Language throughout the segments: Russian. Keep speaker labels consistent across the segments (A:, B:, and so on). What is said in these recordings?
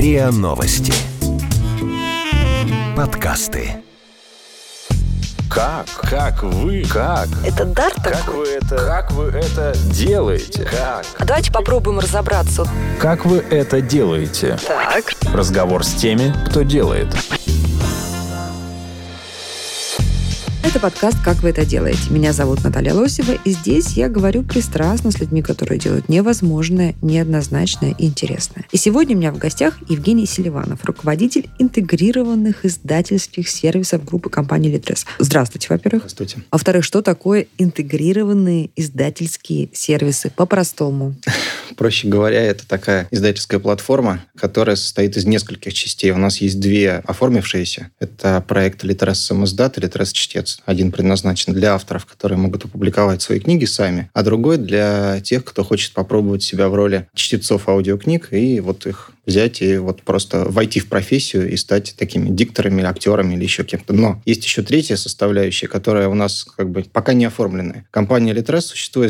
A: РИА Новости. Подкасты. Как вы?
B: Это дар такой?
A: Как вы это делаете? Как?
B: А давайте попробуем разобраться.
A: Как вы это делаете?
B: Так.
A: Разговор с теми, кто делает.
B: Это подкаст «Как вы это делаете?». Меня зовут Наталья Лосева, и здесь я говорю пристрастно с людьми, которые делают невозможное, неоднозначное и интересное. И сегодня у меня в гостях Евгений Селиванов, руководитель интегрированных издательских сервисов группы компании Литрес. Здравствуйте, во-первых.
C: Здравствуйте.
B: А во-вторых, что такое интегрированные издательские сервисы по-простому?
C: Проще говоря, это такая издательская платформа, которая состоит из нескольких частей. У нас есть две оформившиеся. Это проект Литрес Самиздат и Литрес Чтец. Один предназначен для авторов, которые могут опубликовать свои книги сами, а другой для тех, кто хочет попробовать себя в роли чтецов аудиокниг и вот их взять и вот просто войти в профессию и стать такими дикторами, актерами или еще кем-то. Но есть еще третья составляющая, которая у нас как бы пока не оформленная. Компания Литрес, существует с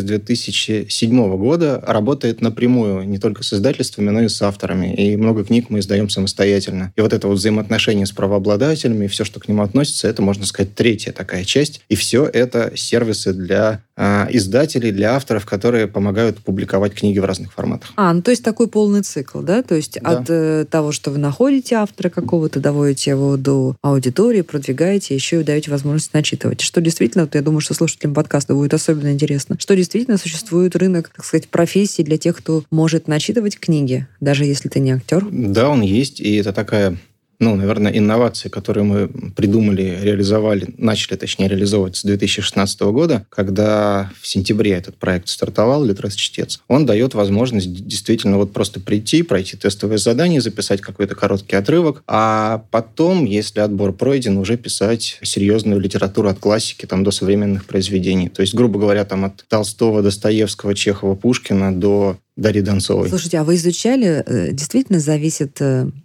C: 2007 года, работает напрямую не только с издательствами, но и с авторами. И много книг мы издаем самостоятельно. И вот это вот взаимоотношение с правообладателями и все, что к нему относится, это, можно сказать, третья такая часть. И все это сервисы для издателей, для авторов, которые помогают публиковать книги в разных форматах.
B: Ну то есть такой полный цикл, да? То есть от того, что вы находите автора какого-то, доводите его до аудитории, продвигаете, еще и даете возможность начитывать. Что действительно, вот я думаю, что слушателям подкаста будет особенно интересно, что действительно существует рынок, так сказать, профессий для тех, кто может начитывать книги, даже если ты не актер.
C: Да, он есть, и это такая... наверное, инновации, которые мы придумали, реализовали, начали, точнее, реализовывать с 2016 года, когда в сентябре этот проект стартовал, Литрес Чтец. Он дает возможность действительно вот просто прийти, пройти тестовое задание, записать какой-то короткий отрывок, а потом, если отбор пройден, уже писать серьезную литературу от классики там, до современных произведений. То есть, грубо говоря, там от Толстого, Достоевского, Чехова, Пушкина до Дарьи Донцовой.
B: Слушайте, а вы изучали, действительно зависит...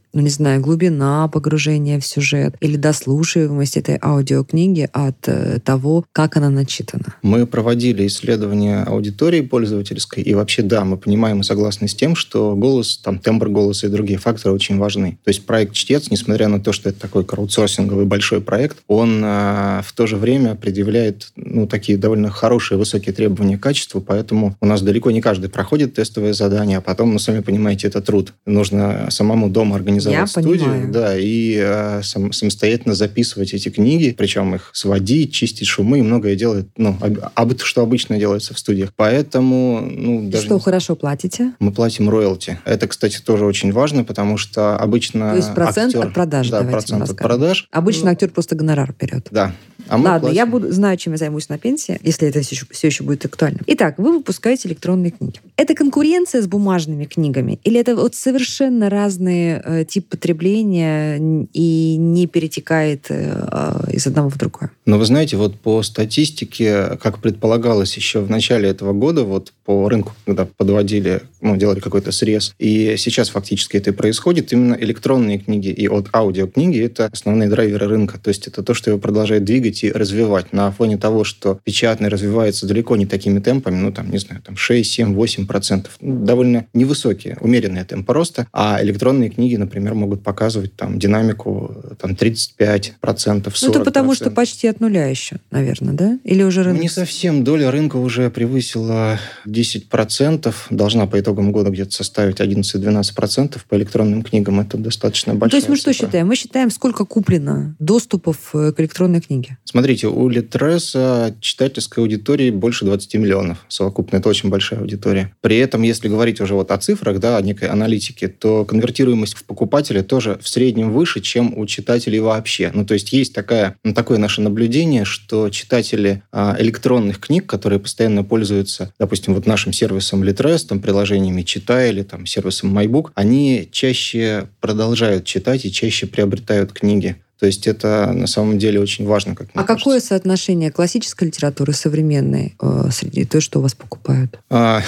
B: глубина погружения в сюжет или дослушиваемость этой аудиокниги от того, как она начитана?
C: Мы проводили исследования аудитории пользовательской, и вообще, да, мы понимаем и согласны с тем, что голос, тембр голоса и другие факторы очень важны. То есть проект «Чтец», несмотря на то, что это такой краудсорсинговый большой проект, он в то же время предъявляет такие довольно хорошие, высокие требования к качеству, поэтому у нас далеко не каждый проходит тестовое задание, а потом, сами понимаете, это труд. Нужно самому дома организовать студию, да, и самостоятельно записывать эти книги, причем их сводить, чистить шумы, и многое делает, что обычно делается в студиях. Поэтому,
B: Что хорошо платите?
C: Мы платим роялти. Это, кстати, тоже очень важно, потому что обычно
B: То есть процент от продаж,
C: да, процент от продаж.
B: Обычно актер просто гонорар берет.
C: Да.
B: Ладно, я знаю, чем я займусь на пенсии, если это все еще будет актуально. Итак, вы выпускаете электронные книги. Это конкуренция с бумажными книгами? Или это вот совершенно разные тип потребления и не перетекает из одного в другое?
C: Вы знаете, вот по статистике, как предполагалось еще в начале этого года, вот по рынку, когда подводили, делали какой-то срез, и сейчас фактически это и происходит, именно электронные книги и аудиокниги — это основные драйверы рынка. То есть это то, что его продолжает двигать и развивать на фоне того, что печатный развивается далеко не такими темпами, 6, 7, 8%. Довольно невысокие, умеренные темпы роста, а электронные книги, например, могут показывать динамику 35%, 40%.
B: Это потому, что почти от нуля еще, наверное, да? Или уже рынок?
C: Не совсем. Доля рынка уже превысила 10%. Должна по итогам года где-то составить 11-12% по электронным книгам. Это достаточно большая
B: То есть мы
C: цифра.
B: что считаем? Мы считаем, сколько куплено доступов к электронной книге.
C: Смотрите, у Литреса читательской аудитории больше 20 миллионов совокупно. Это очень большая аудитория. При этом, если говорить уже о цифрах, о некой аналитике, то конвертируемость в покупателя тоже в среднем выше, чем у читателей вообще. То есть есть такое наше наблюдение, что читатели электронных книг, которые постоянно пользуются, допустим, нашим сервисом Литрес, приложениями Читай или сервисом MyBook, они чаще продолжают читать и чаще приобретают книги. То есть это на самом деле очень важно, как мне кажется.
B: Какое соотношение классической литературы и современной среди той, что у вас покупают?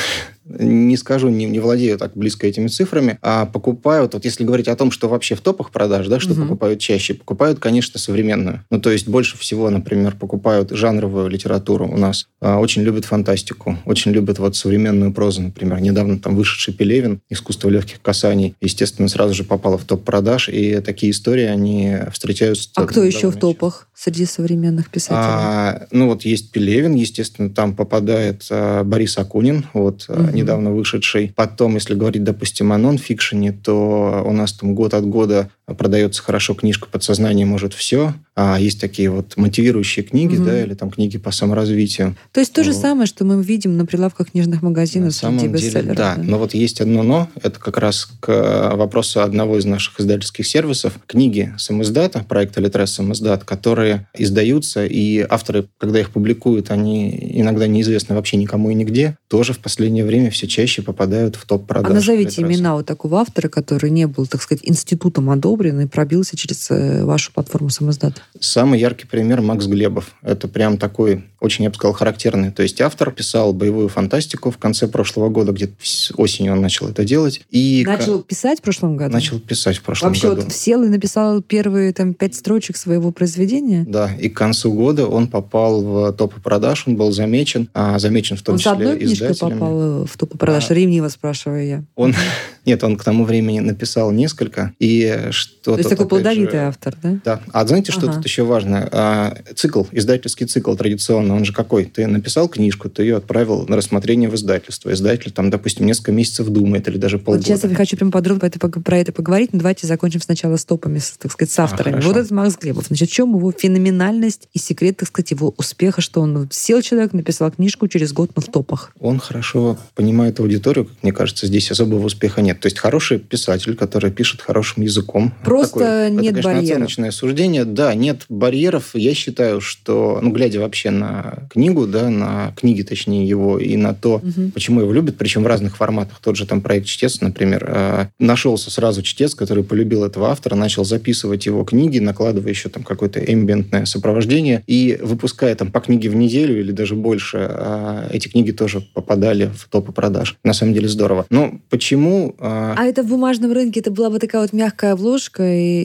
C: не скажу, не владею так близко этими цифрами, а покупают, вот если говорить о том, что вообще в топах продаж, да, что покупают чаще, покупают, конечно, современную. Ну, то есть больше всего, например, покупают жанровую литературу у нас. Очень любят фантастику, очень любят вот современную прозу, например. Недавно там вышедший Пелевин «Искусство легких касаний», естественно, сразу же попало в топ продаж, и такие истории, они встречаются...
B: А кто еще в топах среди современных писателей?
C: Ну, вот есть Пелевин, естественно, там попадает Борис Акунин, вот, недавно вышедший. Потом, если говорить, допустим, о нон-фикшене, то у нас там год от года продается хорошо книжка «Подсознание может все». Есть такие вот мотивирующие книги, да, или там книги по саморазвитию.
B: То есть то же самое, что мы видим на прилавках книжных магазинов среди бестселлеров.
C: Да, но вот есть одно «но». Это как раз к вопросу одного из наших издательских сервисов. Книги самиздата, проекта «Литрес самиздат», которые издаются, и авторы, когда их публикуют, они иногда неизвестны вообще никому и нигде, тоже в последнее время все чаще попадают в топ-продаж.
B: А назовите имена вот такого автора, который не был, так сказать, институтом одобрен и пробился через вашу платформу самиздата.
C: Самый яркий пример — Макс Глебов. Это прям такой, очень, я бы сказал, характерный. То есть автор писал боевую фантастику в конце прошлого года, где-то осенью он начал это делать. И
B: начал писать в прошлом году?
C: Начал писать в прошлом
B: году.
C: Вообще
B: вот сел и написал первые 5 строчек своего произведения?
C: Да, и к концу года он попал в топы продаж, он был замечен, замечен в том числе издателями.
B: Он с одной книжкой попал в топы продаж? Ревниво спрашиваю я.
C: Нет, он к тому времени написал несколько, и что-то...
B: То есть такой плодовитый автор, да?
C: Да. А знаете, что тут еще важно? Цикл, издательский цикл традиционно, он же какой? Ты написал книжку, ты ее отправил на рассмотрение в издательство. Издатель там, допустим, несколько месяцев думает, или даже полгода.
B: Вот сейчас я хочу прям подробно про это поговорить, но давайте закончим сначала с топами, так сказать, с авторами. Вот этот Макс Глебов. Значит, в чем его феноменальность и секрет, так сказать, его успеха, что он сел человек, написал книжку, через год, но в топах?
C: Он хорошо понимает аудиторию, как мне кажется, здесь особого успеха нет. То есть хороший писатель, который пишет хорошим языком.
B: Просто нет
C: барьеров. Это, конечно, оценочное суждение. Да, нет барьеров. Я считаю, что, глядя вообще на книгу, да, на книги, точнее, его, и на то, почему его любят, причем в разных форматах. Тот же там проект «Чтец», например, нашелся сразу чтец, который полюбил этого автора, начал записывать его книги, накладывая еще там какое-то эмбиентное сопровождение, и выпуская там по книге в неделю или даже больше, эти книги тоже попадали в топы продаж. На самом деле здорово. Но почему...
B: А это в бумажном рынке, это была бы такая вот мягкая обложка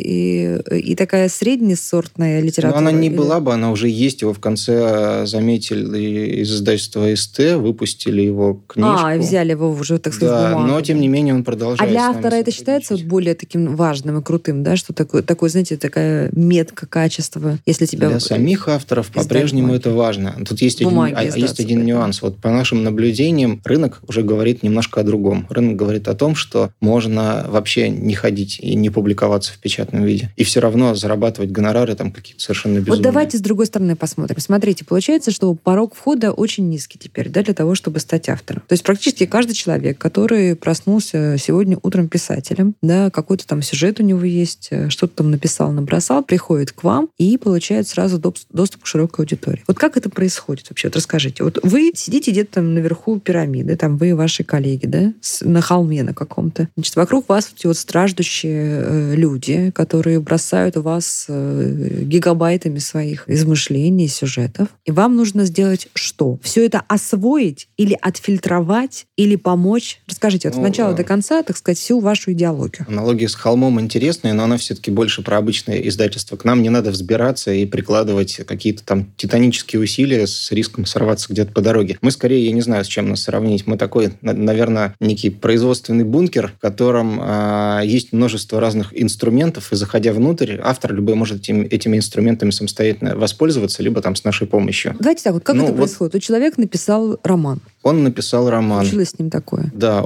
B: и такая среднесортная литература?
C: Но она не была бы, она уже есть. Его в конце заметили из издательства СТ, выпустили его книжку.
B: И взяли его уже, так сказать,
C: да,
B: бумагу.
C: Но, тем не менее, он продолжает.
B: А для автора это считается вот более таким важным и крутым, да? Что такое, знаете, такая метка качества, если тебя...
C: Для самих авторов по-прежнему это важно. Тут есть один нюанс. Вот по нашим наблюдениям рынок уже говорит немножко о другом. Рынок говорит о том, что можно вообще не ходить и не публиковаться в печатном виде. И все равно зарабатывать гонорары там какие-то совершенно безумные.
B: Вот давайте с другой стороны посмотрим. Смотрите, получается, что порог входа очень низкий теперь, да, для того, чтобы стать автором. То есть практически каждый человек, который проснулся сегодня утром писателем, да, какой-то там сюжет у него есть, что-то там написал, набросал, приходит к вам и получает сразу доступ к широкой аудитории. Вот как это происходит вообще? Вот расскажите. Вот вы сидите где-то там наверху пирамиды, там вы и ваши коллеги, да, на холме на каком-то. Значит, вокруг вас эти вот страждущие люди, которые бросают вас гигабайтами своих измышлений, сюжетов. И вам нужно сделать что? Все это освоить или отфильтровать, или помочь? Расскажите от начала до конца, так сказать, всю вашу идеологию.
C: Аналогия с холмом интересная, но она все-таки больше про обычное издательство. К нам не надо взбираться и прикладывать какие-то там титанические усилия с риском сорваться где-то по дороге. Мы скорее, я не знаю, с чем нас сравнить. Мы такой, наверное, некий производственный бункер, в котором есть множество разных инструментов, и заходя внутрь, автор любой может этими инструментами самостоятельно воспользоваться, либо там с нашей помощью.
B: Давайте так, вот как это происходит? Вот человек написал роман.
C: Он написал роман.
B: Случилось с ним такое?
C: Да,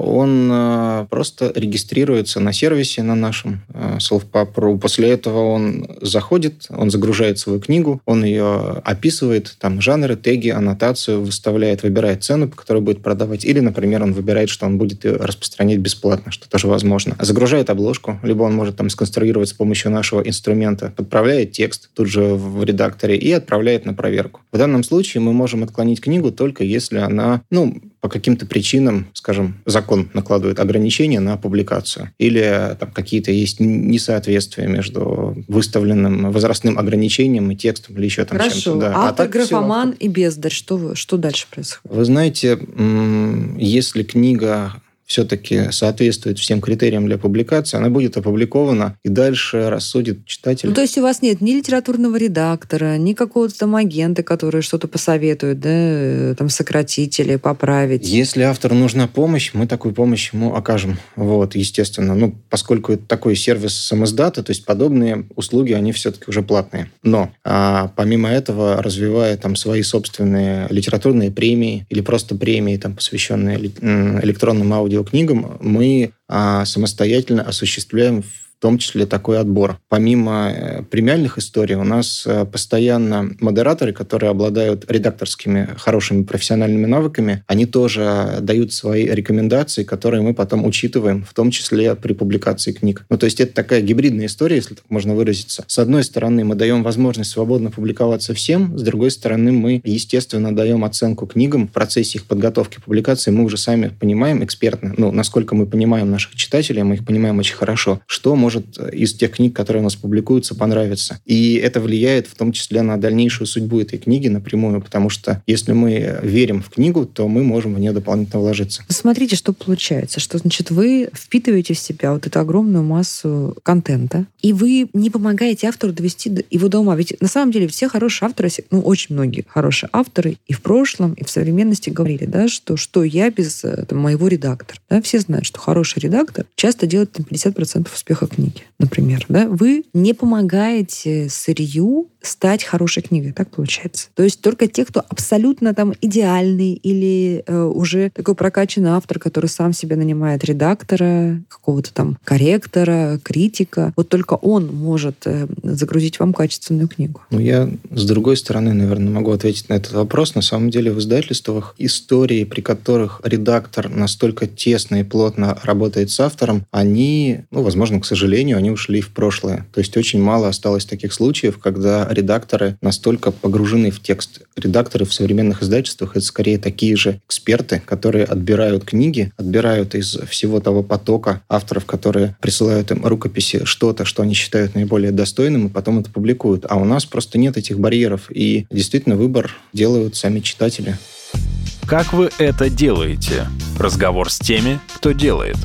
C: он просто регистрируется на сервисе на нашем Self-Pub.ru. После этого он заходит, он загружает свою книгу, он ее описывает, там жанры, теги, аннотацию выставляет, выбирает цену, по которой будет продавать. Или, например, он выбирает, что он будет ее распространять бесплатно, что тоже возможно. Загружает обложку, либо он может там сконструировать с помощью нашего инструмента, подправляет текст тут же в редакторе и отправляет на проверку. В данном случае мы можем отклонить книгу только если она, по каким-то причинам, скажем, закон накладывает ограничения на публикацию, или там какие-то есть несоответствия между выставленным возрастным ограничением и текстом, или еще там
B: Хорошо.
C: чем-то. Да.
B: Автор, графоман и бездарь. Что дальше происходит?
C: Вы знаете, если книга все-таки соответствует всем критериям для публикации, она будет опубликована, и дальше рассудит читатель.
B: Ну, то есть у вас нет ни литературного редактора, ни какого-то там агента, который что-то посоветует, да, там сократить или поправить.
C: Если автору нужна помощь, мы такую помощь ему окажем. Вот, естественно. Поскольку это такой сервис самиздата, то есть подобные услуги, они все-таки уже платные. Но помимо этого, развивая там свои собственные литературные премии или просто премии, там, посвященные электронным аудиокнигам, мы самостоятельно осуществляем в том числе такой отбор. Помимо премиальных историй, у нас постоянно модераторы, которые обладают редакторскими хорошими профессиональными навыками, они тоже дают свои рекомендации, которые мы потом учитываем, в том числе при публикации книг. То есть это такая гибридная история, если так можно выразиться. С одной стороны, мы даем возможность свободно публиковаться всем, с другой стороны, мы, естественно, даем оценку книгам. В процессе их подготовки публикации мы уже сами понимаем экспертно, насколько мы понимаем наших читателей, мы их понимаем очень хорошо, что может из тех книг, которые у нас публикуются, понравиться. И это влияет в том числе на дальнейшую судьбу этой книги напрямую, потому что если мы верим в книгу, то мы можем в нее дополнительно вложиться.
B: Смотрите, что получается. Что значит вы впитываете в себя вот эту огромную массу контента, и вы не помогаете автору довести его до ума. Ведь на самом деле все хорошие авторы, очень многие хорошие авторы и в прошлом, и в современности говорили, да, что я без моего редактора. Да? Все знают, что хороший редактор часто делает 50% успеха книги, например. Да? Вы не помогаете сырью стать хорошей книгой. Так получается. То есть только те, кто абсолютно там идеальный или уже такой прокачанный автор, который сам себе нанимает редактора, какого-то там корректора, критика, вот только он может загрузить вам качественную книгу.
C: Я с другой стороны, наверное, могу ответить на этот вопрос. На самом деле в издательствах истории, при которых редактор настолько тесно и плотно работает с автором, они, возможно, к сожалению, они ушли в прошлое. То есть очень мало осталось таких случаев, когда редакторы настолько погружены в текст. Редакторы в современных издательствах — это скорее такие же эксперты, которые отбирают книги, отбирают из всего того потока авторов, которые присылают им рукописи, что-то, что они считают наиболее достойным, и потом это публикуют. А у нас просто нет этих барьеров. И действительно выбор делают сами читатели.
A: Как вы это делаете? Разговор с теми, кто делает.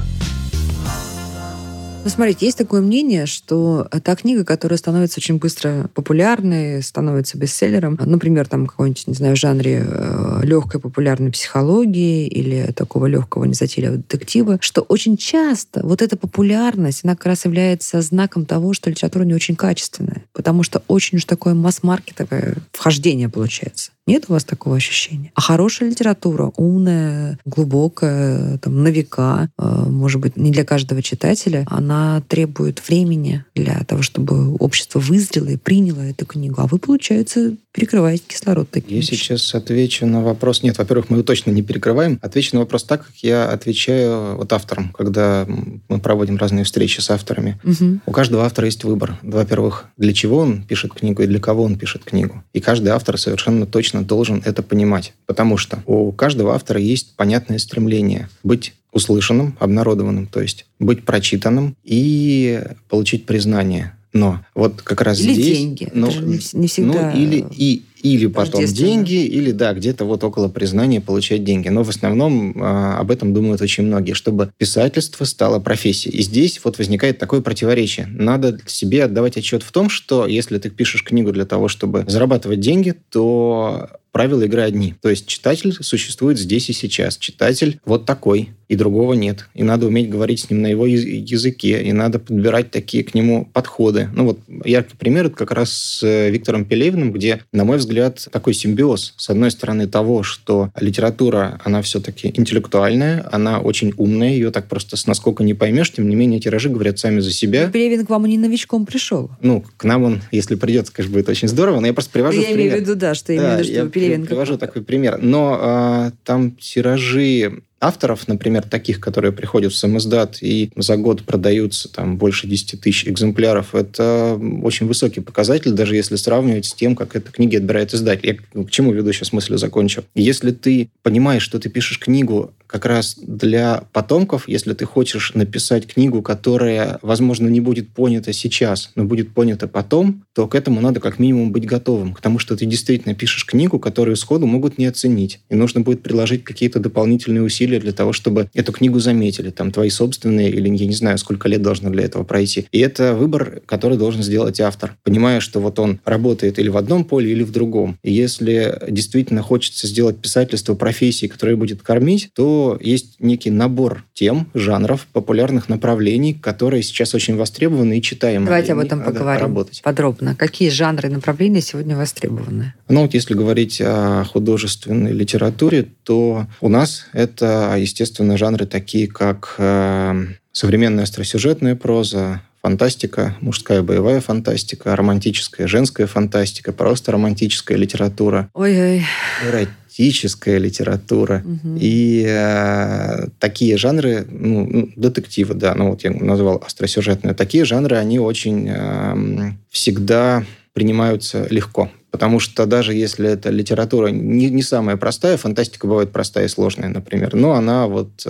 B: Смотрите, есть такое мнение, что та книга, которая становится очень быстро популярной, становится бестселлером, например, там какой-нибудь, не знаю, в жанре легкой популярной психологии или такого легкого незатейливого детектива, что очень часто вот эта популярность, она как раз является знаком того, что литература не очень качественная, потому что очень уж такое масс-маркетовое вхождение получается. Нет у вас такого ощущения? А хорошая литература, умная, глубокая, там, на века, может быть, не для каждого читателя, она требует времени для того, чтобы общество вызрело и приняло эту книгу. А вы, получается, перекрываете кислород таким.
C: Я сейчас отвечу на вопрос. Нет, во-первых, мы его точно не перекрываем. Отвечу на вопрос так, как я отвечаю авторам, когда мы проводим разные встречи с авторами.
B: Угу.
C: У каждого автора есть выбор. Во-первых, для чего он пишет книгу и для кого он пишет книгу. И каждый автор совершенно точно должен это понимать. Потому что у каждого автора есть понятное стремление быть услышанным, обнародованным, то есть быть прочитанным и получить признание. Но вот как раз
B: или
C: здесь...
B: деньги. Это же не всегда...
C: Или потом деньги, или где-то около признания получать деньги. Но в основном об этом думают очень многие, чтобы писательство стало профессией. И здесь возникает такое противоречие. Надо себе отдавать отчет в том, что если ты пишешь книгу для того, чтобы зарабатывать деньги, то правила игры одни. То есть читатель существует здесь и сейчас. Читатель вот такой, и другого нет. И надо уметь говорить с ним на его языке, и надо подбирать такие к нему подходы. Яркий пример — это как раз с Виктором Пелевиным, где, на мой взгляд, такой симбиоз. С одной стороны того, что литература, она все-таки интеллектуальная, она очень умная, ее так просто с наскока не поймешь, тем не менее тиражи говорят сами за себя.
B: Пелевин к вам не новичком пришел.
C: К нам он, если придет, конечно, будет очень здорово, но я просто привожу пример.
B: Я имею в виду, что Пелевин...
C: Привожу такой пример. Но там тиражи авторов, например, таких, которые приходят в самиздат и за год продаются там больше 10 тысяч экземпляров, это очень высокий показатель, даже если сравнивать с тем, как эту книги отбирает издатель. Я к чему веду, сейчас мысль закончу. Если ты понимаешь, что ты пишешь книгу как раз для потомков, если ты хочешь написать книгу, которая, возможно, не будет понята сейчас, но будет понята потом, то к этому надо как минимум быть готовым, к тому, что ты действительно пишешь книгу, которую сходу могут не оценить. И нужно будет приложить какие-то дополнительные усилия для того, чтобы эту книгу заметили, там, твои собственные, или я не знаю, сколько лет должно для этого пройти. И это выбор, который должен сделать автор, понимая, что вот он работает или в одном поле, или в другом. И если действительно хочется сделать писательство профессии, которая будет кормить, то есть некий набор тем, жанров, популярных направлений, которые сейчас очень востребованы и читаемы.
B: Давайте об этом поговорим подробно. Какие жанры и направления сегодня востребованы?
C: Ну, вот если говорить о художественной литературе, то у нас это, естественно, жанры такие, как современная остросюжетная проза, фантастика, мужская боевая фантастика, романтическая женская фантастика, просто романтическая литература.
B: Ой-ой.
C: Эротическая литература. И такие жанры, детективы, да, вот я назвал остросюжетные, такие жанры, они очень всегда принимаются легко. Потому что даже если эта литература не самая простая, фантастика бывает простая и сложная, например, но она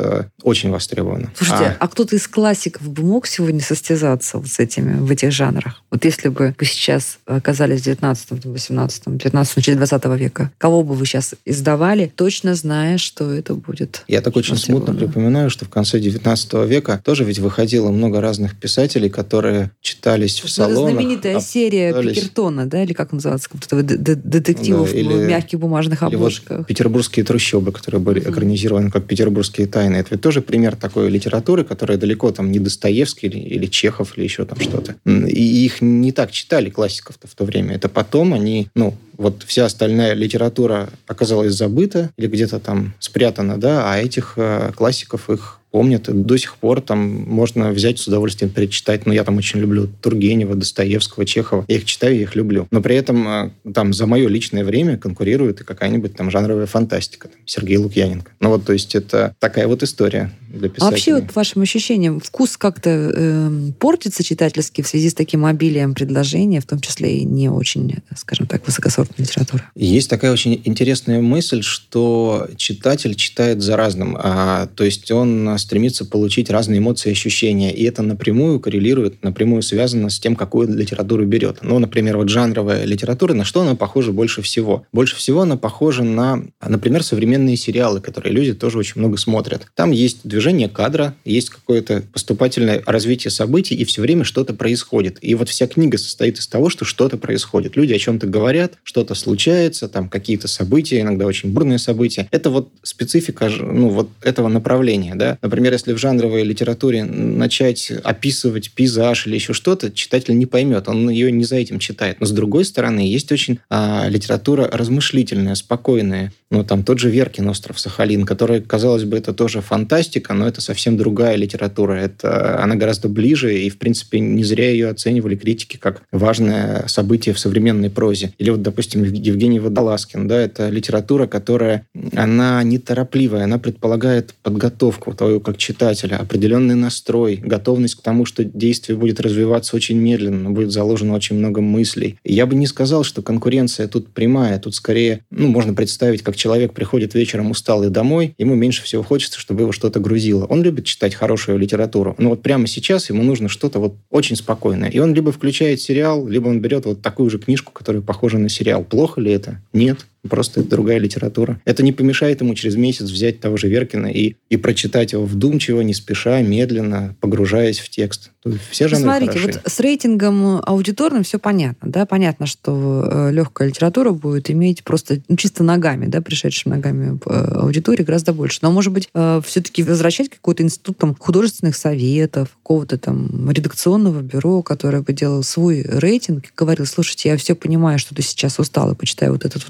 C: очень востребована.
B: Слушайте, а кто-то из классиков бы мог сегодня состязаться с этими в этих жанрах? Вот если бы вы сейчас оказались в 19, 18, 19 начале 20 века, кого бы вы сейчас издавали, точно зная, что это будет?
C: Я так очень смутно припоминаю, что в конце 19 века тоже ведь выходило много разных писателей, которые читались в салонах.
B: Это знаменитая серия Пикертона, да, или как называется? Детективов, да, в мягких бумажных обложках.
C: «Петербургские трущобы», которые были экранизированы как «Петербургские тайны». Это ведь тоже пример такой литературы, которая далеко там не Достоевский или Чехов, или еще там что-то. И их не так читали, классиков-то в то время. Это потом они, вся остальная литература оказалась забыта или где-то там спрятана, да, а этих классиков их помнят. И до сих пор там можно взять с удовольствием перечитать. Я там очень люблю Тургенева, Достоевского, Чехова. Я их читаю, я их люблю. Но при этом там за мое личное время конкурирует и какая-нибудь там жанровая фантастика. Сергей Лукьяненко. То есть это такая история для писателя.
B: А вообще, по вашим ощущениям, вкус как-то портится читательский в связи с таким обилием предложений, в том числе и не очень, скажем так, высокосортной литературы?
C: Есть такая очень интересная мысль, что читатель читает за разным. То есть он стремится получить разные эмоции и ощущения. И это напрямую коррелирует, напрямую связано с тем, какую литературу берет. Например, жанровая литература, на что она похожа больше всего? Больше всего она похожа на, например, современные сериалы, которые люди тоже очень много смотрят. Там есть движение кадра, есть какое-то поступательное развитие событий, и все время что-то происходит. И вся книга состоит из того, что что-то происходит. Люди о чем-то говорят, что-то случается, там какие-то события, иногда очень бурные события. Это специфика этого направления, да. Например, если в жанровой литературе начать описывать пейзаж или еще что-то, читатель не поймет, он ее не за этим читает. Но с другой стороны, есть очень литература размышлительная, спокойная. Там тот же Веркин «Остров Сахалин», который, казалось бы, это тоже фантастика, но это совсем другая литература. Она гораздо ближе, и, в принципе, не зря ее оценивали критики как важное событие в современной прозе. Или допустим, Евгений Водолазкин, да, это литература, которая, она неторопливая, она предполагает подготовку твою как читателя, определенный настрой, готовность к тому, что действие будет развиваться очень медленно, будет заложено очень много мыслей. И я бы не сказал, что конкуренция тут прямая, тут скорее, можно представить, как человек приходит вечером усталый домой, ему меньше всего хочется, чтобы его что-то грузило. Он любит читать хорошую литературу, но прямо сейчас ему нужно что-то очень спокойное. И он либо включает сериал, либо он берет такую же книжку, которая похожа на сериал. Плохо ли это? Нет. Просто это другая литература. Это не помешает ему через месяц взять того же Веркина и прочитать его вдумчиво, не спеша, медленно, погружаясь в текст. Все жанры
B: Смотрите,
C: хороши.
B: С рейтингом аудиторным все понятно. Да? Понятно, что легкая литература будет иметь просто чисто ногами, да, пришедшими ногами аудитории гораздо больше. Но, может быть, все-таки возвращать какой-то институт художественных советов, какого-то там редакционного бюро, которое бы делало свой рейтинг и говорил: слушайте, я все понимаю, что ты сейчас устал, и почитай этот экшен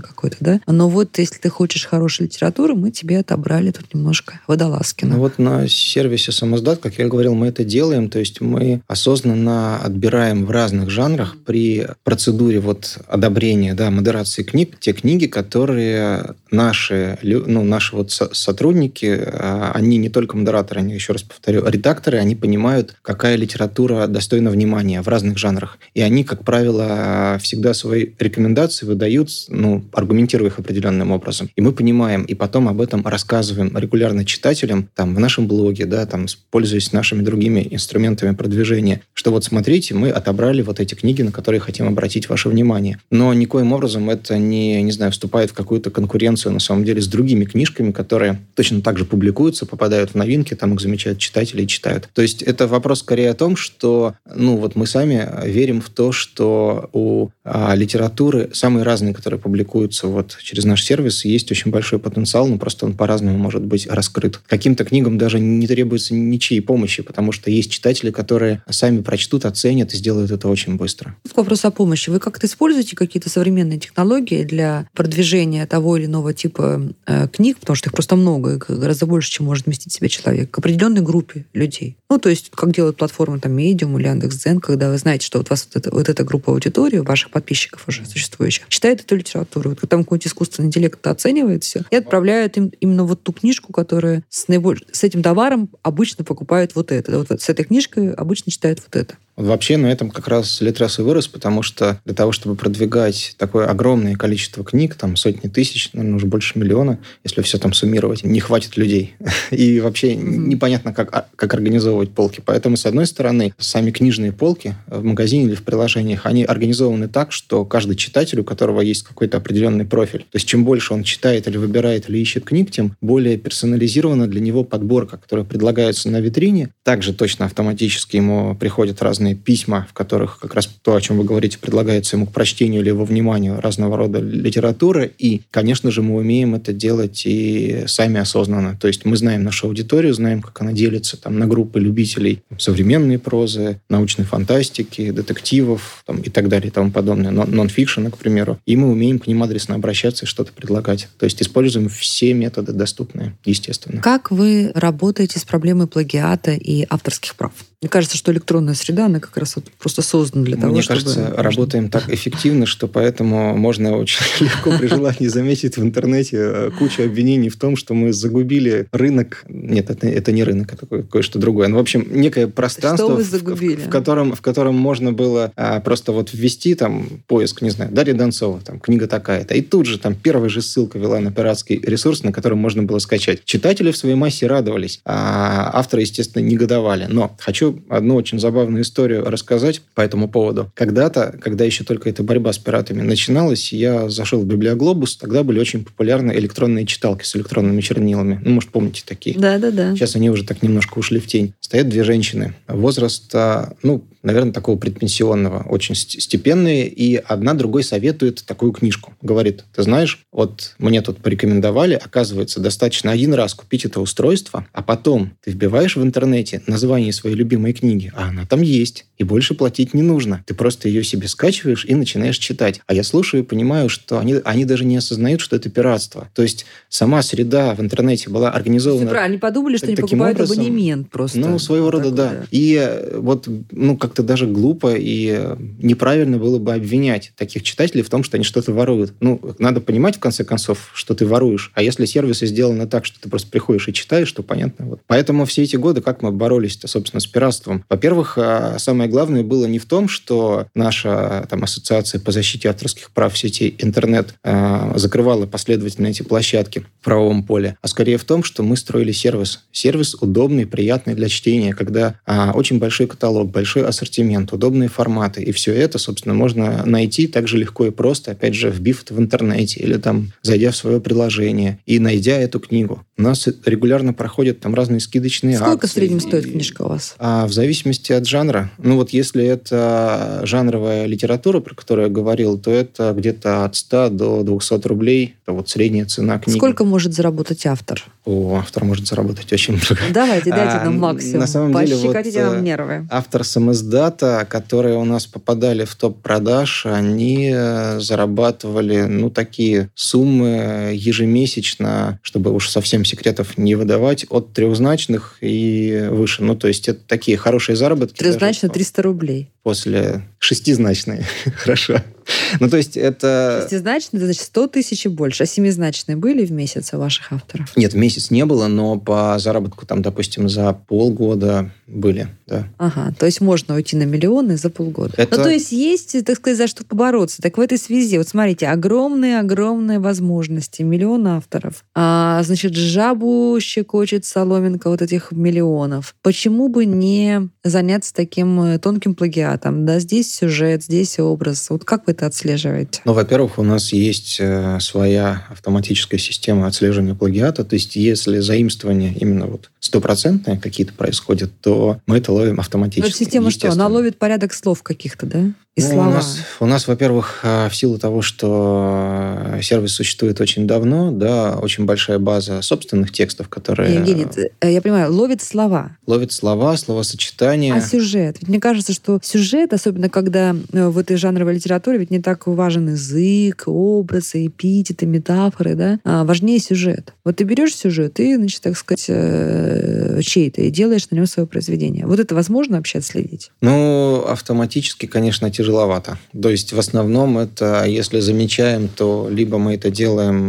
B: какой-то, да? Но вот если ты хочешь хорошей литературы, мы тебе отобрали тут немножко Водолазкина.
C: Ну вот на сервисе «Самоздат», как я говорил, мы это делаем, то есть мы осознанно отбираем в разных жанрах при процедуре вот одобрения, да, модерации книг, те книги, которые наши вот сотрудники, они не только модераторы, они, еще раз повторю, редакторы, они понимают, какая литература достойна внимания в разных жанрах. И они, как правило, всегда свои рекомендации выдают, аргументируя их определенным образом. И мы понимаем, и потом об этом рассказываем регулярно читателям, там, в нашем блоге, да, там, пользуясь нашими другими инструментами продвижения, что вот смотрите, мы отобрали вот эти книги, на которые хотим обратить ваше внимание. Но никоим образом это не вступает в какую-то конкуренцию, на самом деле, с другими книжками, которые точно так же публикуются, попадают в новинки, там их замечают читатели и читают. То есть это вопрос скорее о том, что, вот мы сами верим в то, что у литературы самые разные, которые публикуются вот через наш сервис, есть очень большой потенциал, но просто он по-разному может быть раскрыт. Каким-то книгам даже не требуется ничьей помощи, потому что есть читатели, которые сами прочтут, оценят и сделают это очень быстро.
B: Вопрос о помощи. Вы как-то используете какие-то современные технологии для продвижения того или иного типа книг, потому что их просто много, и гораздо больше, чем может вместить в себя человек, к определенной группе людей? То есть, как делают платформы там Medium или Яндекс.Дзен, когда вы знаете, что вот у вас вот эта группа аудитории, ваших подписчиков уже существующих, читает эту литературу. Вот там какой-нибудь искусственный интеллект оценивает все и отправляет им именно вот ту книжку, которая с этим товаром обычно покупают вот это. Вот с этой книжкой обычно читают вот это.
C: Вообще на этом как раз Литрес и вырос, потому что для того, чтобы продвигать такое огромное количество книг, там сотни тысяч, наверное, уже больше миллиона, если все там суммировать, не хватит людей. И вообще непонятно, как организовывать полки. Поэтому, с одной стороны, сами книжные полки в магазине или в приложениях, они организованы так, что каждый читатель, у которого есть какой-то определенный профиль, то есть чем больше он читает или выбирает или ищет книг, тем более персонализирована для него подборка, которая предлагается на витрине. Также точно автоматически ему приходят разные письма, в которых как раз то, о чем вы говорите, предлагается ему к прочтению или его вниманию разного рода литературы. И, конечно же, мы умеем это делать и сами осознанно. То есть мы знаем нашу аудиторию, знаем, как она делится там, на группы любителей современной прозы, научной фантастики, детективов там, и так далее и тому подобное, нон-фикшена, к примеру. И мы умеем к ним адресно обращаться и что-то предлагать. То есть используем все методы доступные, естественно.
B: Как вы работаете с проблемой плагиата и авторских прав? Мне кажется, что электронная среда, она как раз просто создана для того, чтобы...
C: Мне кажется, работаем так эффективно, что поэтому можно очень легко при желании заметить в интернете кучу обвинений в том, что мы загубили рынок. Нет, это не рынок, это кое-что другое. В общем, некое пространство, в котором можно было просто вот ввести там поиск, не знаю, Дарья Донцова, там, книга такая-то. И тут же там первая же ссылка вела на пиратский ресурс, на котором можно было скачать. Читатели в своей массе радовались, а авторы, естественно, негодовали. Но хочу одну очень забавную историю рассказать по этому поводу. Когда-то, когда еще только эта борьба с пиратами начиналась, я зашел в Библиоглобус, тогда были очень популярны электронные читалки с электронными чернилами. Может, помните такие?
B: Да.
C: Сейчас они уже так немножко ушли в тень. Стоят две женщины возраста, наверное, такого предпенсионного, очень степенные, и одна другой советует такую книжку. Говорит, ты знаешь, вот мне тут порекомендовали, оказывается, достаточно один раз купить это устройство, а потом ты вбиваешь в интернете название своей любимой книги, а она там есть, и больше платить не нужно. Ты просто ее себе скачиваешь и начинаешь читать. А я слушаю и понимаю, что они даже не осознают, что это пиратство. То есть сама среда в интернете была организована...
B: Они подумали, что они покупают образом, абонемент просто.
C: Своего рода, да. И вот, как-то даже глупо и неправильно было бы обвинять таких читателей в том, что они что-то воруют. Надо понимать, в конце концов, что ты воруешь. А если сервисы сделаны так, что ты просто приходишь и читаешь, то понятно. Вот. Поэтому все эти годы, как мы боролись, собственно, с пиратством? Во-первых, самое главное было не в том, что наша ассоциация по защите авторских прав в сети интернет закрывала последовательно эти площадки в правовом поле, а скорее в том, что мы строили сервис. Сервис удобный, приятный для чтения, когда очень большой каталог, большой ассортимент, удобные форматы. И все это, собственно, можно найти так же легко и просто, опять же, вбив это в интернете или зайдя в свое приложение и найдя эту книгу. У нас регулярно проходят разные скидочные акции.
B: Сколько в среднем стоит книжка у вас?
C: В зависимости от жанра. Если это жанровая литература, про которую я говорил, то это где-то от 100 до 200 рублей. Это средняя цена книги.
B: Сколько может заработать автор?
C: Автор может заработать очень много.
B: Дайте нам максимум.
C: На самом деле,
B: пощекотите нам нервы.
C: Автор СМС Самоздата, которые у нас попадали в топ-продаж, они зарабатывали, такие суммы ежемесячно, чтобы уж совсем секретов не выдавать, от 3-значных и выше. То есть это такие хорошие заработки.
B: 3-значно 300 рублей.
C: После 6-значные. Хорошо. То есть это...
B: 6-значные, значит, 100 тысяч и больше. А 7-значные были в месяц у ваших авторов?
C: Нет, в месяц не было, но по заработку, допустим, за полгода были, да.
B: Ага, то есть можно уйти на миллионы за полгода. То есть, так сказать, за что побороться. Так в этой связи, вот смотрите, огромные возможности, 1 миллион авторов. Значит, жабу щекочет соломинка вот этих миллионов. Почему бы не заняться таким тонким плагиатом? Да, здесь сюжет, здесь образ. Вот как вы это отслеживаете?
C: Во-первых, у нас есть своя автоматическая система отслеживания плагиата. То есть, если заимствование именно 100% какие-то происходят, то мы это ловим автоматически.
B: Но система что? Она ловит порядок слов каких-то, да? И слова.
C: У нас, во-первых, в силу того, что сервис существует очень давно, да, очень большая база собственных текстов, которые...
B: Евгений, я понимаю, ловит слова.
C: Ловит слова, словосочетания.
B: А сюжет? Ведь мне кажется, что сюжет, особенно когда в этой жанровой литературе, ведь не так важен язык, образы, эпитеты, метафоры, да? Важнее сюжет. Вот ты берешь сюжет и, значит, так сказать, чей-то, и делаешь на нем свое произведение. Вот это возможно вообще отследить?
C: Автоматически, конечно, тяжеловато. То есть, в основном, это, если замечаем, то либо мы это делаем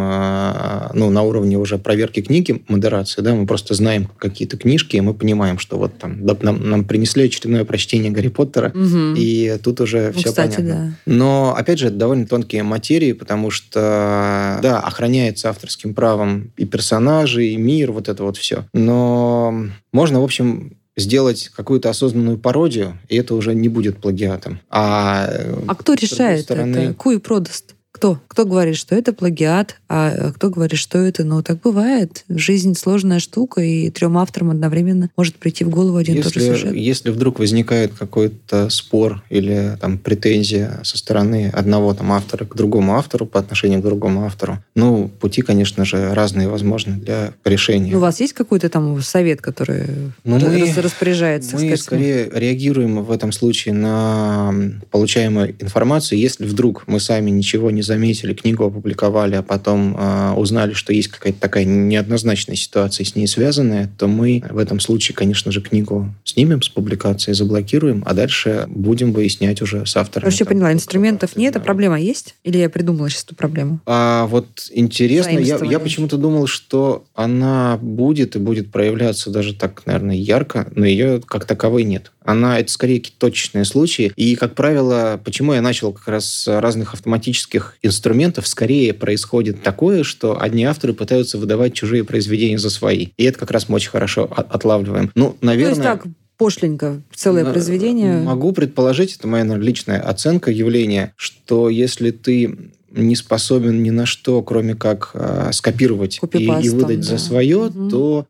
C: на уровне уже проверки книги, модерации, да, мы просто знаем какие-то книжки, и мы понимаем, что нам принесли очередное прочтение Гарри Поттера, и тут уже все понятно. Да. Но, опять же, это довольно тонкие материи, потому что, да, охраняется авторским правом и персонажи, и мир, вот это все. Но можно, в общем, сделать какую-то осознанную пародию, и это уже не будет плагиатом. А
B: кто решает это? Куи продаст? Кто говорит, что это плагиат, а кто говорит, что это... так бывает. Жизнь сложная штука, и 3 авторам одновременно может прийти в голову один и тот же сюжет.
C: Если вдруг возникает какой-то спор или претензия со стороны одного автора к другому автору по отношению к другому автору, пути, конечно же, разные возможны для решения.
B: У вас есть какой-то совет, который распоряжается?
C: Мы скорее реагируем в этом случае на получаемую информацию. Если вдруг мы сами ничего не заметили, книгу опубликовали, а потом узнали, что есть какая-то такая неоднозначная ситуация с ней связанная, то мы в этом случае, конечно же, книгу снимем с публикации, заблокируем, а дальше будем выяснять уже с автором.
B: Вообще поняла, инструментов нет, а проблема есть? Или я придумала сейчас эту проблему?
C: Интересно, я почему-то думал, что она будет и будет проявляться даже так, наверное, ярко, но ее как таковой нет. Это скорее какие-то точечные случаи. И, как правило, почему я начал как раз с разных автоматических инструментов, скорее происходит такое, что одни авторы пытаются выдавать чужие произведения за свои. И это как раз мы очень хорошо отлавливаем. Наверное...
B: То есть так, пошленько, целое произведение...
C: Могу предположить, это моя личная оценка явления, что если ты не способен ни на что, кроме как скопировать и выдать за свое, то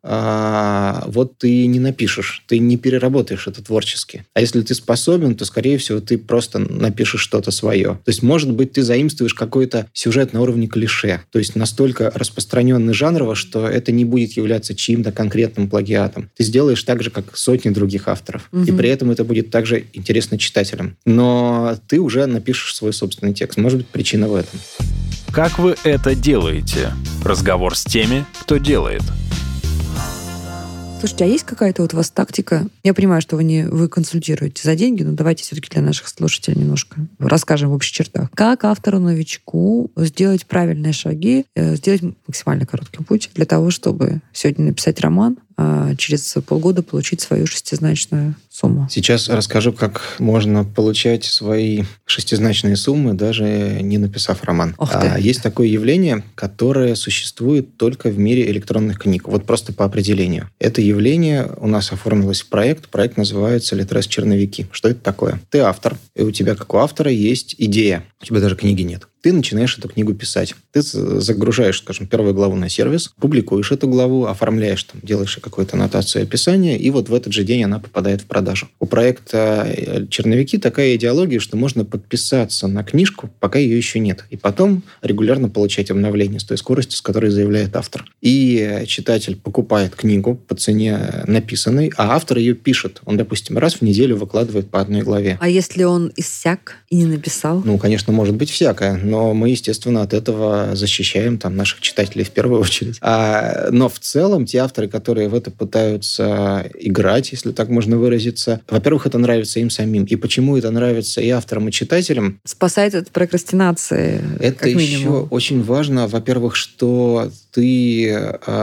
C: ты не напишешь, ты не переработаешь это творчески. А если ты способен, то, скорее всего, ты просто напишешь что-то свое. То есть, может быть, ты заимствуешь какой-то сюжет на уровне клише, то есть настолько распространенный жанрово, что это не будет являться чьим-то конкретным плагиатом. Ты сделаешь так же, как сотни других авторов. И при этом это будет также интересно читателям. Но ты уже напишешь свой собственный текст. Может быть, причина в этом.
A: Как вы это делаете? Разговор с теми, кто делает.
B: Слушайте, а есть какая-то у вас тактика? Я понимаю, что вы консультируете за деньги, но давайте все-таки для наших слушателей немножко расскажем в общих чертах. Как автору-новичку сделать правильные шаги, сделать максимально короткий путь для того, чтобы сегодня написать роман, а через полгода получить свою 6-значную сумму?
C: Сейчас расскажу, как можно получать свои 6-значные суммы, даже не написав роман. Есть такое явление, которое существует только в мире электронных книг. Просто по определению. Это явление у нас оформилось в проект. Проект называется «Литрес-черновики». Что это такое? Ты автор, и у тебя, как у автора, есть идея. У тебя даже книги нет. ты начинаешь эту книгу писать. Ты загружаешь, скажем, первую главу на сервис, публикуешь эту главу, оформляешь, там, делаешь какую-то аннотацию, описание, и вот в этот же день она попадает в продажу. У проекта «Черновики» такая идеология, что можно подписаться на книжку, пока ее еще нет, и потом регулярно получать обновления с той скоростью, с которой заявляет автор. И читатель покупает книгу по цене написанной, а автор ее пишет. Он, допустим, раз в неделю выкладывает по одной главе.
B: А если он иссяк и не написал?
C: Ну, конечно, может быть всякое, но мы, естественно, от этого защищаем там наших читателей в первую очередь. Но в целом те авторы, которые в это пытаются играть, если так можно выразиться, во-первых, это нравится им самим. И почему это нравится и авторам, и читателям?
B: Спасает от прокрастинации,
C: это
B: как минимум.
C: еще очень важно, во-первых, что ты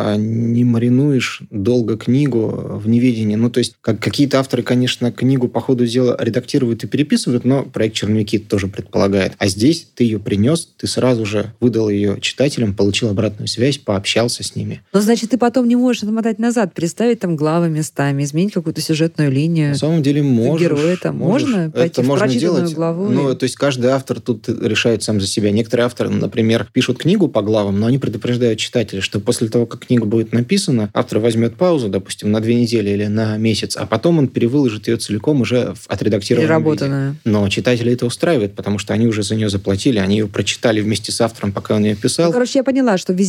C: не маринуешь долго книгу в неведении. Ну, то есть какие-то авторы, конечно, книгу по ходу дела редактируют и переписывают, но проект «Черновики» тоже предполагает. А здесь ты ее принес, ты сразу же выдал ее читателям, получил обратную связь, пообщался с ними.
B: Но, значит, ты потом не можешь отмотать назад, переставить там главы местами, изменить какую-то сюжетную линию.
C: На самом деле можешь.
B: Героя там. Можно пойти в прочитанную главу?
C: Ну, то есть каждый автор тут решает сам за себя. Некоторые авторы, например, пишут книгу по главам, но они предупреждают читателей, что после того, как книга будет написана, автор возьмет паузу, допустим, на 2 недели или на месяц, а потом он перевыложит ее целиком уже в отредактированном виде. Но читателей это устраивает, потому что они уже за нее заплатили, они ее прочитали вместе с автором, пока он ее писал.
B: Ну, короче, я поняла, что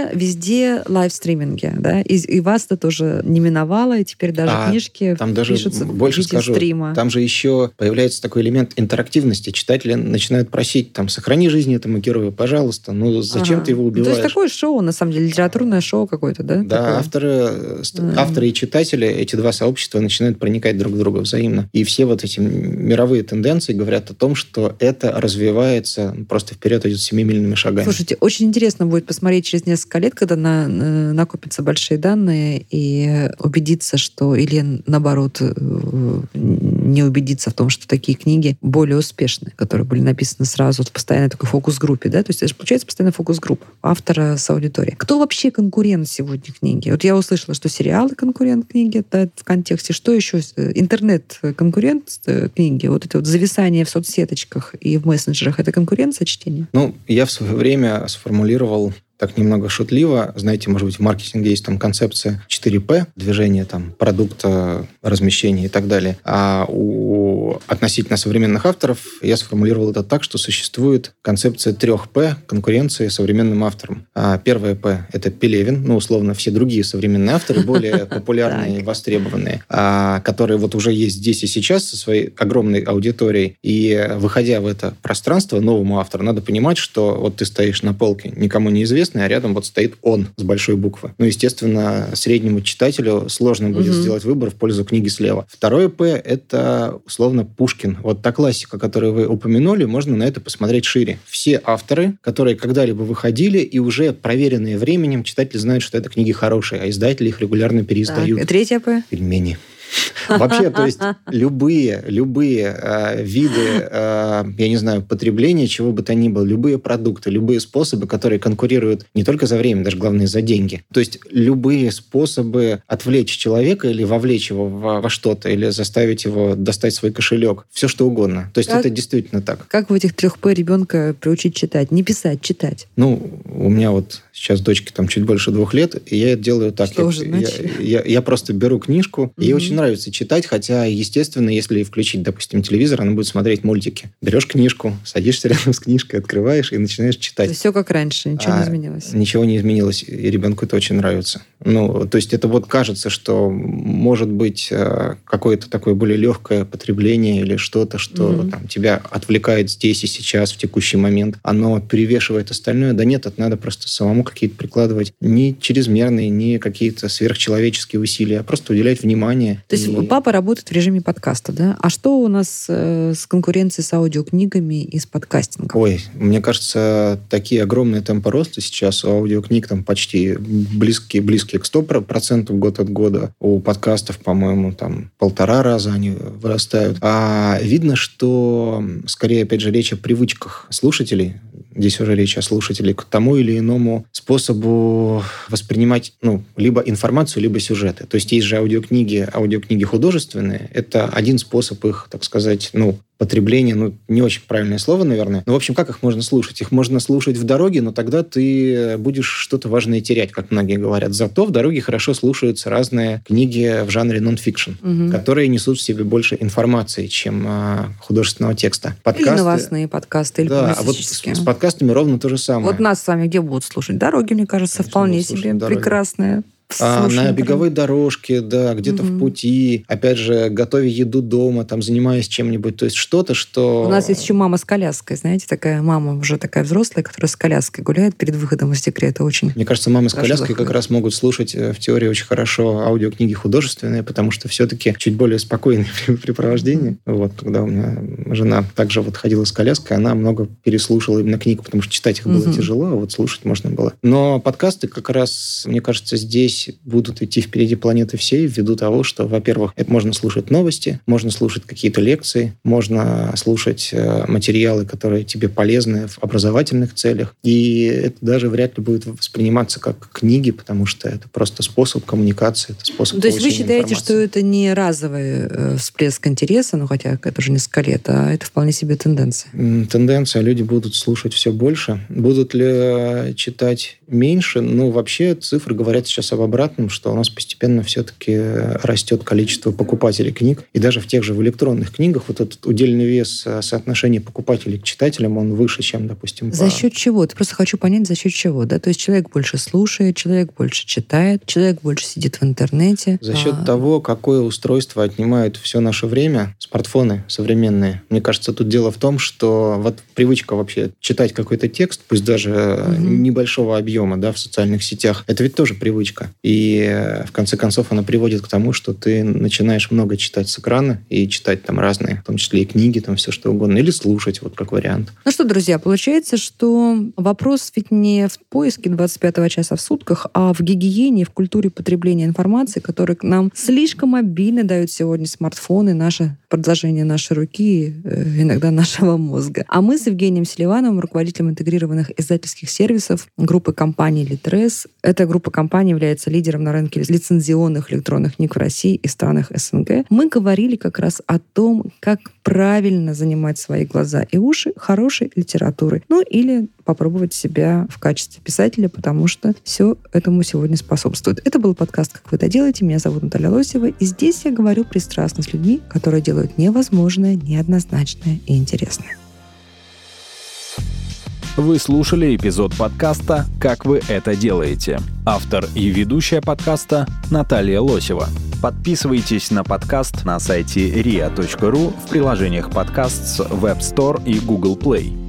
B: везде лайвстриминги, да, и вас это тоже не миновало, и теперь даже книжки
C: там даже
B: пишутся
C: больше
B: в виде
C: скажу,
B: стрима.
C: Там же еще появляется такой элемент интерактивности. Читатели начинают просить, там, сохрани жизнь этому герою, пожалуйста, ну зачем ты его убиваешь?
B: То есть такое шоу, на самом деле, литературное шоу какое-то, да?
C: Да, авторы и читатели, эти два сообщества начинают проникать друг в друга взаимно. И все вот эти мировые тенденции говорят о том, что это развивается, просто вперед идет семимильными шагами.
B: Слушайте, очень интересно будет посмотреть через несколько лет, когда накопятся большие данные, и убедиться, что, или наоборот, не убедиться в том, что такие книги более успешны, которые были написаны сразу в постоянной такой фокус-группе, да? То есть это же получается постоянная фокус-группа автора с аудиторией. Кто вообще конкурент сегодня книги? Вот я услышала, что сериалы конкурент книги, да, в контексте. Что еще? Интернет конкурент книги? Вот это вот зависание в соцсеточках и в мессенджерах — это конкуренция чтения?
C: Ну, я в свое время сформулировал так немного шутливо. Знаете, может быть, в маркетинге есть там концепция 4P, движение там продукта, размещения и так далее. А у относительно современных авторов я сформулировал это так, что существует концепция 3P конкуренции современным авторам. Первое P — это Пелевин, ну, условно, все другие современные авторы, более популярные и востребованные, которые вот уже есть здесь и сейчас со своей огромной аудиторией. И выходя в это пространство новому автору, надо понимать, что вот ты стоишь на полке, никому не известный, а рядом вот стоит он с большой буквы. Ну, естественно, среднему читателю сложно будет сделать выбор в пользу книги слева. Второе П — это, условно, Пушкин. Вот та классика, которую вы упомянули, можно на это посмотреть шире. Все авторы, которые когда-либо выходили и уже проверенные временем, читатель знает, что это книги хорошие, а издатели их регулярно переиздают.
B: Так, третье П?
C: Пельмени. Вообще, то есть любые виды, я не знаю, потребления, чего бы то ни было, любые продукты, любые способы, которые конкурируют не только за время, даже главное за деньги. То есть любые способы отвлечь человека или вовлечь его во что-то, или заставить его достать свой кошелек, все что угодно. То есть это действительно так.
B: Как в этих 3П ребенка приучить читать? Не писать, читать.
C: Ну, у меня вот сейчас дочке там чуть больше 2 лет, и я это делаю так.
B: Что же,
C: я просто беру книжку, ей очень нравится читать, хотя, естественно, если включить, допустим, телевизор, она будет смотреть мультики. Берешь книжку, садишься рядом с книжкой, открываешь и начинаешь читать.
B: Все как раньше, ничего не изменилось.
C: Ничего не изменилось, и ребенку это очень нравится. Ну, то есть это вот кажется, что может быть какое-то такое более легкое потребление или что-то, что там, тебя отвлекает здесь и сейчас, в текущий момент. Оно перевешивает остальное. Да нет, это надо просто самому какие-то прикладывать не чрезмерные, не какие-то сверхчеловеческие усилия, а просто уделять внимание.
B: То есть папа работает в режиме подкаста, да? А что у нас с конкуренцией с аудиокнигами и с подкастингом?
C: Ой, мне кажется, такие огромные темпы роста сейчас у аудиокниг там почти близкие к 100% год от года. У подкастов, по-моему, там 1,5 раза они вырастают. А видно, что скорее, опять же, речь о привычках слушателей. Здесь уже речь о слушателей к тому или иному способу воспринимать, ну, либо информацию, либо сюжеты. То есть есть же аудиокниги художественные. Это один способ их, так сказать, ну, потребления, не очень правильное слово, наверное. Но, в общем, как их можно слушать? Их можно слушать в дороге, но тогда ты будешь что-то важное терять, как многие говорят. Зато в дороге хорошо слушаются разные книги в жанре нон-фикшн, которые несут в себе больше информации, чем художественного текста.
B: Или новостные подкасты, или
C: а
B: публицистические.
C: вот с подкастами ровно то же самое.
B: Вот нас с вами где будут слушать? Дороги, мне кажется, вполне себе прекрасная.
C: На беговой дорожке, да, где-то в пути, опять же, готовя еду дома, там, занимаясь чем-нибудь, то есть что-то, что...
B: У нас есть еще мама с коляской, знаете, такая мама уже такая взрослая, которая с коляской гуляет перед выходом из декрета. Очень.
C: Мне кажется, мамы с коляской как раз могут слушать в теории очень хорошо аудиокниги художественные, потому что все-таки чуть более спокойное времяпрепровождение. Вот, когда у меня жена также вот ходила с коляской, она много переслушала именно книг, потому что читать их было тяжело, а вот слушать можно было. Но подкасты как раз, мне кажется, здесь будут идти впереди планеты всей ввиду того, что, во-первых, это можно слушать новости, можно слушать какие-то лекции, можно слушать материалы, которые тебе полезны в образовательных целях. И это даже вряд ли будет восприниматься как книги, потому что это просто способ коммуникации, это способ
B: То есть вы считаете,
C: информации.
B: что это не разовый всплеск интереса, хотя это уже несколько лет, а это вполне себе тенденция?
C: Тенденция. Люди будут слушать все больше. Будут ли читать меньше? Вообще цифры говорят сейчас об обратном, что у нас постепенно все-таки растет количество покупателей книг. И даже в тех же в электронных книгах вот этот удельный вес соотношения покупателей к читателям, он выше, чем, допустим...
B: За счет чего? Просто хочу понять, за счет чего. Да? То есть человек больше слушает, человек больше читает, человек больше сидит в интернете.
C: За счет того, какое устройство отнимает все наше время, смартфоны современные. Мне кажется, тут дело в том, что вот привычка вообще читать какой-то текст, пусть даже небольшого объема, да, в социальных сетях, это ведь тоже привычка. И в конце концов она приводит к тому, что ты начинаешь много читать с экрана и читать там разные, в том числе и книги, там все что угодно, или слушать, вот как вариант.
B: Ну что, друзья, получается, что вопрос ведь не в поиске 25 часа в сутках, а в гигиене, в культуре потребления информации, которую нам слишком обильно дают сегодня смартфоны, наше продолжение нашей руки, иногда нашего мозга. А мы с Евгением Селивановым, руководителем интегрированных издательских сервисов группы компаний Litres. Эта группа компаний является лидером на рынке лицензионных электронных книг в России и странах СНГ. Мы говорили как раз о том, как правильно занимать свои глаза и уши хорошей литературой. Или попробовать себя в качестве писателя, потому что все этому сегодня способствует. Это был подкаст «Как вы это делаете?». Меня зовут Наталья Лосева, и здесь я говорю пристрастно с людьми, которые делают невозможное, неоднозначное и интересное.
A: Вы слушали эпизод подкаста «Как вы это делаете?». Автор и ведущая подкаста Наталья Лосева. Подписывайтесь на подкаст на сайте ria.ru, в приложениях подкаст с Web Store и Google Play.